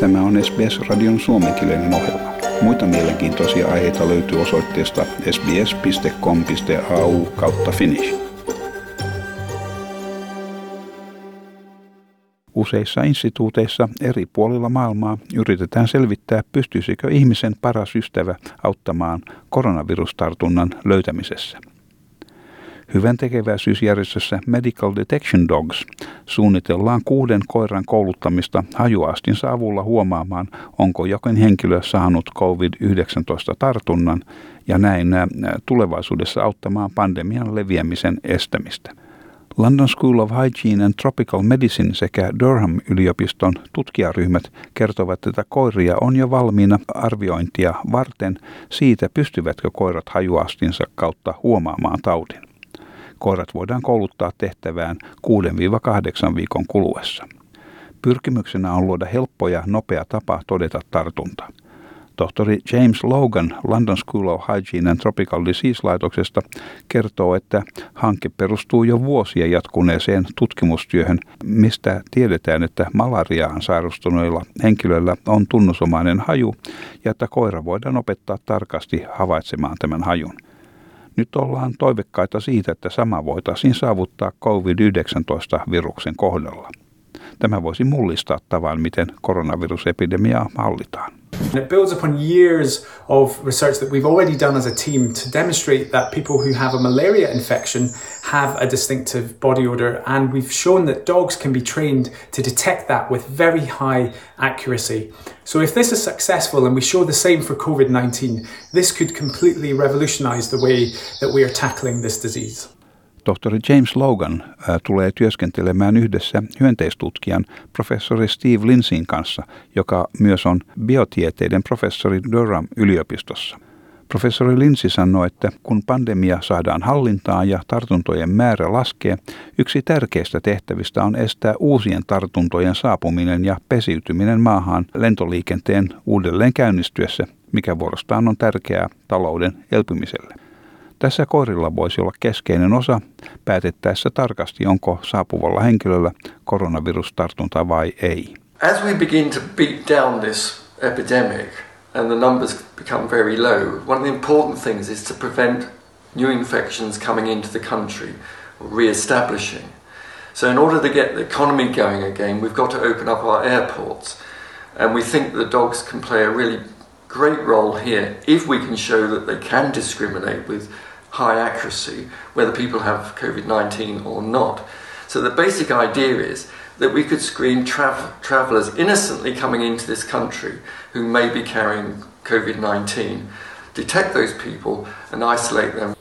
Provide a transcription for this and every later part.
Tämä on SBS-radion suomenkielinen ohjelma. Muita mielenkiintoisia aiheita löytyy osoitteesta sbs.com.au/finnish. Useissa instituuteissa eri puolilla maailmaa yritetään selvittää, pystyisikö ihmisen paras ystävä auttamaan koronavirustartunnan löytämisessä. Hyväntekeväisyysjärjestössä Medical Detection Dogs suunnitellaan 6 koiran kouluttamista hajuastinsa avulla huomaamaan, onko jokin henkilö saanut COVID-19-tartunnan ja näin tulevaisuudessa auttamaan pandemian leviämisen estämistä. London School of Hygiene and Tropical Medicine sekä Durham-yliopiston tutkijaryhmät kertovat, että koiria on jo valmiina arviointia varten siitä, pystyvätkö koirat hajuastinsa kautta huomaamaan taudin. Koirat voidaan kouluttaa tehtävään 6-8 viikon kuluessa. Pyrkimyksenä on luoda helppo ja nopea tapa todeta tartunta. Tohtori James Logan London School of Hygiene and Tropical Disease-laitoksesta kertoo, että hanke perustuu jo vuosia jatkuneeseen tutkimustyöhön, mistä tiedetään, että malariaan sairastuneilla henkilöillä on tunnusomainen haju ja että koira voidaan opettaa tarkasti havaitsemaan tämän hajun. Nyt ollaan toivekkaita siitä, että sama voitaisiin saavuttaa COVID-19-viruksen kohdalla. Tämä voisi mullistaa tavan, miten koronavirusepidemiaa hallitaan. It builds upon years of research that we've already done as a team to demonstrate that people who have a malaria infection have a distinctive body odor, and we've shown that dogs can be trained to detect that with very high accuracy. So if this is successful and we show the same for COVID-19, this could completely revolutionize the way that we are tackling this disease. Tohtori James Logan tulee työskentelemään yhdessä hyönteistutkijan professori Steve Lindseyn kanssa, joka myös on biotieteiden professori Durham-yliopistossa. Professori Lindsey sanoi, että kun pandemia saadaan hallintaan ja tartuntojen määrä laskee, yksi tärkeistä tehtävistä on estää uusien tartuntojen saapuminen ja pesiytyminen maahan lentoliikenteen uudelleen käynnistyessä, mikä vuorostaan on tärkeää talouden elpymiselle. Tässä koirilla voisi olla keskeinen osa päätettäessä tarkasti, onko saapuvalla henkilöllä koronavirustartunta vai ei. As we begin to beat down this epidemic and the numbers become very low, one of the important things is to prevent new infections coming into the country or re-establishing. So in order to get the economy going again, we've got to open up our airports. And we think the dogs can play a really great role here if we can show that they can discriminate with high accuracy whether people have COVID-19 or not. So the basic idea is that we could screen travellers innocently coming into this country who may be carrying COVID-19, detect those people and isolate them.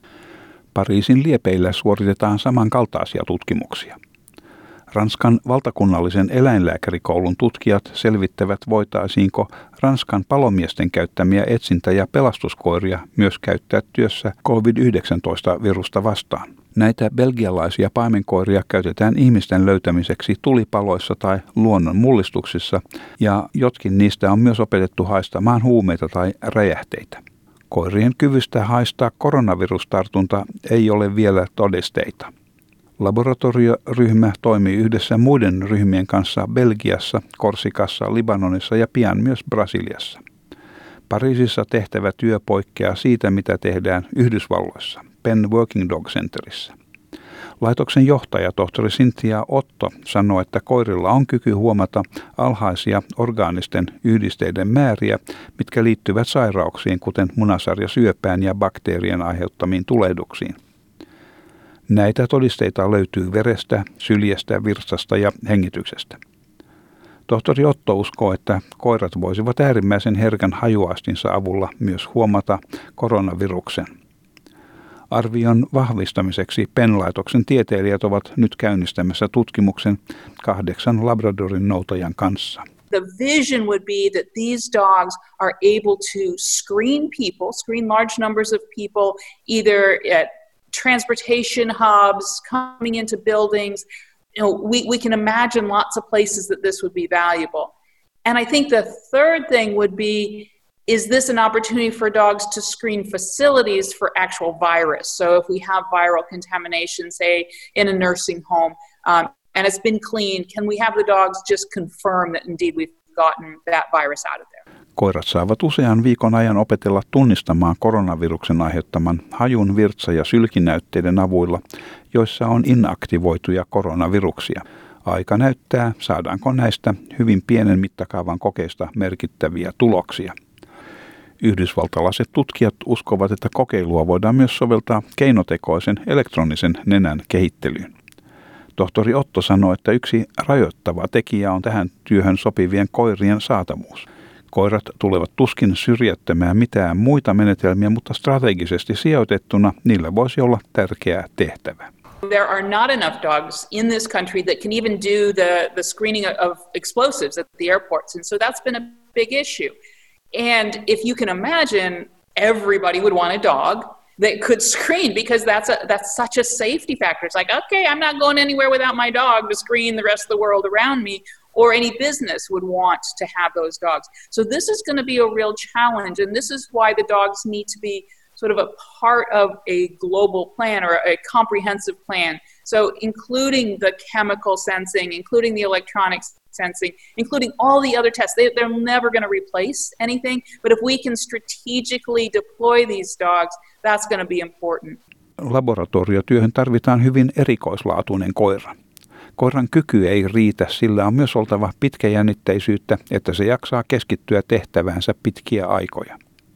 Pariisin liepeillä suoritetaan samankaltaisia tutkimuksia. Ranskan valtakunnallisen eläinlääkärikoulun tutkijat selvittävät, voitaisiinko Ranskan palomiesten käyttämiä etsintä- ja pelastuskoiria myös käyttää työssä COVID-19-virusta vastaan. Näitä belgialaisia paimenkoiria käytetään ihmisten löytämiseksi tulipaloissa tai luonnon mullistuksissa, ja jotkin niistä on myös opetettu haistamaan huumeita tai räjähteitä. Koirien kyvystä haistaa koronavirustartunta ei ole vielä todisteita. Laboratorioryhmä toimii yhdessä muiden ryhmien kanssa Belgiassa, Korsikassa, Libanonissa ja pian myös Brasiliassa. Pariisissa tehtävä työ poikkeaa siitä, mitä tehdään Yhdysvalloissa, Penn Working Dog Centerissä. Laitoksen johtaja tohtori Cynthia Otto sanoi, että koirilla on kyky huomata alhaisia orgaanisten yhdisteiden määriä, mitkä liittyvät sairauksiin, kuten munasarjasyöpään ja bakteerien aiheuttamiin tulehduksiin. Näitä todisteita löytyy verestä, syljestä, virtsasta ja hengityksestä. Tohtori Otto uskoo, että koirat voisivat äärimmäisen herkän hajuastinsa avulla myös huomata koronaviruksen. Arvion vahvistamiseksi Penn-laitoksen tieteilijät ovat nyt käynnistämässä tutkimuksen 8 Labradorin noutajan kanssa. The vision would be that these dogs are able to screen large numbers of people, either at transportation hubs, coming into buildings. We can imagine lots of places that this would be valuable. And I think the third thing would be, is this an opportunity for dogs to screen facilities for actual virus? So if we have viral contamination, say, in a nursing home, and it's been cleaned, can we have the dogs just confirm that indeed we've gotten that virus out of there. Koirat saavat usean viikon ajan opetella tunnistamaan koronaviruksen aiheuttaman hajun, virtsa- ja sylkinäytteiden avuilla, joissa on inaktivoituja koronaviruksia. Aika näyttää, saadaanko näistä hyvin pienen mittakaavan kokeista merkittäviä tuloksia. Yhdysvaltalaiset tutkijat uskovat, että kokeilua voidaan myös soveltaa keinotekoisen elektronisen nenän kehittelyyn. Tohtori Otto sanoi, että yksi rajoittava tekijä on tähän työhön sopivien koirien saatavuus. Koirat tulevat tuskin syrjäyttämään mitään muita menetelmiä, mutta strategisesti sijoitettuna niillä voisi olla tärkeä tehtävä. There are not enough dogs in this country that can even do the screening of explosives at the airports, and so that's been a big issue. And if you can imagine, everybody would want a dog that could screen because that's such a safety factor. It's like, okay, I'm not going anywhere without my dog to screen the rest of the world around me, or any business would want to have those dogs. So this is going to be a real challenge, and this is why the dogs need to be sort of a part of a global plan or a comprehensive plan. So including the chemical sensing, including the electronic sensing, including all the other tests. They're never going to replace anything, but if we can strategically deploy these dogs, that's going to be important. Laboratoriotyöhön tarvitaan hyvin erikoislaatuinen koira. Koiran kyky ei riitä, sillä on myös oltava pitkäjännitteisyyttä, että se jaksaa keskittyä tehtäväänsä pitkiä aikoja.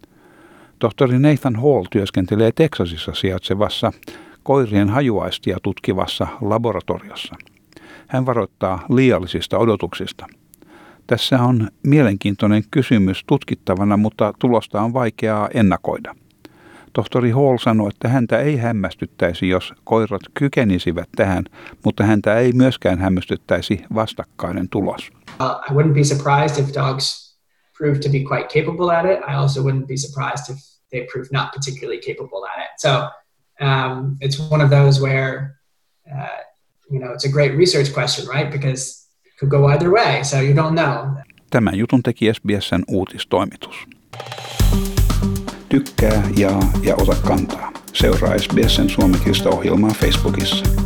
Tohtori Nathan Hall työskentelee Teksasissa sijaitsevassa koirien hajuaistia tutkivassa laboratoriossa. Hän varoittaa liiallisista odotuksista. Tässä on mielenkiintoinen kysymys tutkittavana, mutta tulosta on vaikeaa ennakoida. Tohtori Hall sanoi, että häntä ei hämmästyttäisi, jos koirat kykenisivät tähän, mutta häntä ei myöskään hämmästyttäisi vastakkainen tulos. I wouldn't be surprised if dogs prove to be quite capable at it. I also wouldn't be surprised if they prove not particularly capable at it. So it's one of those where, it's a great research question, right? Because it could go either way, so you don't know. Tämän jutun teki SBS:n uutistoimitus. Tykkää, jaa ja ota kantaa. Seuraa SBS:n suomenkielistä ohjelmaa Facebookissa.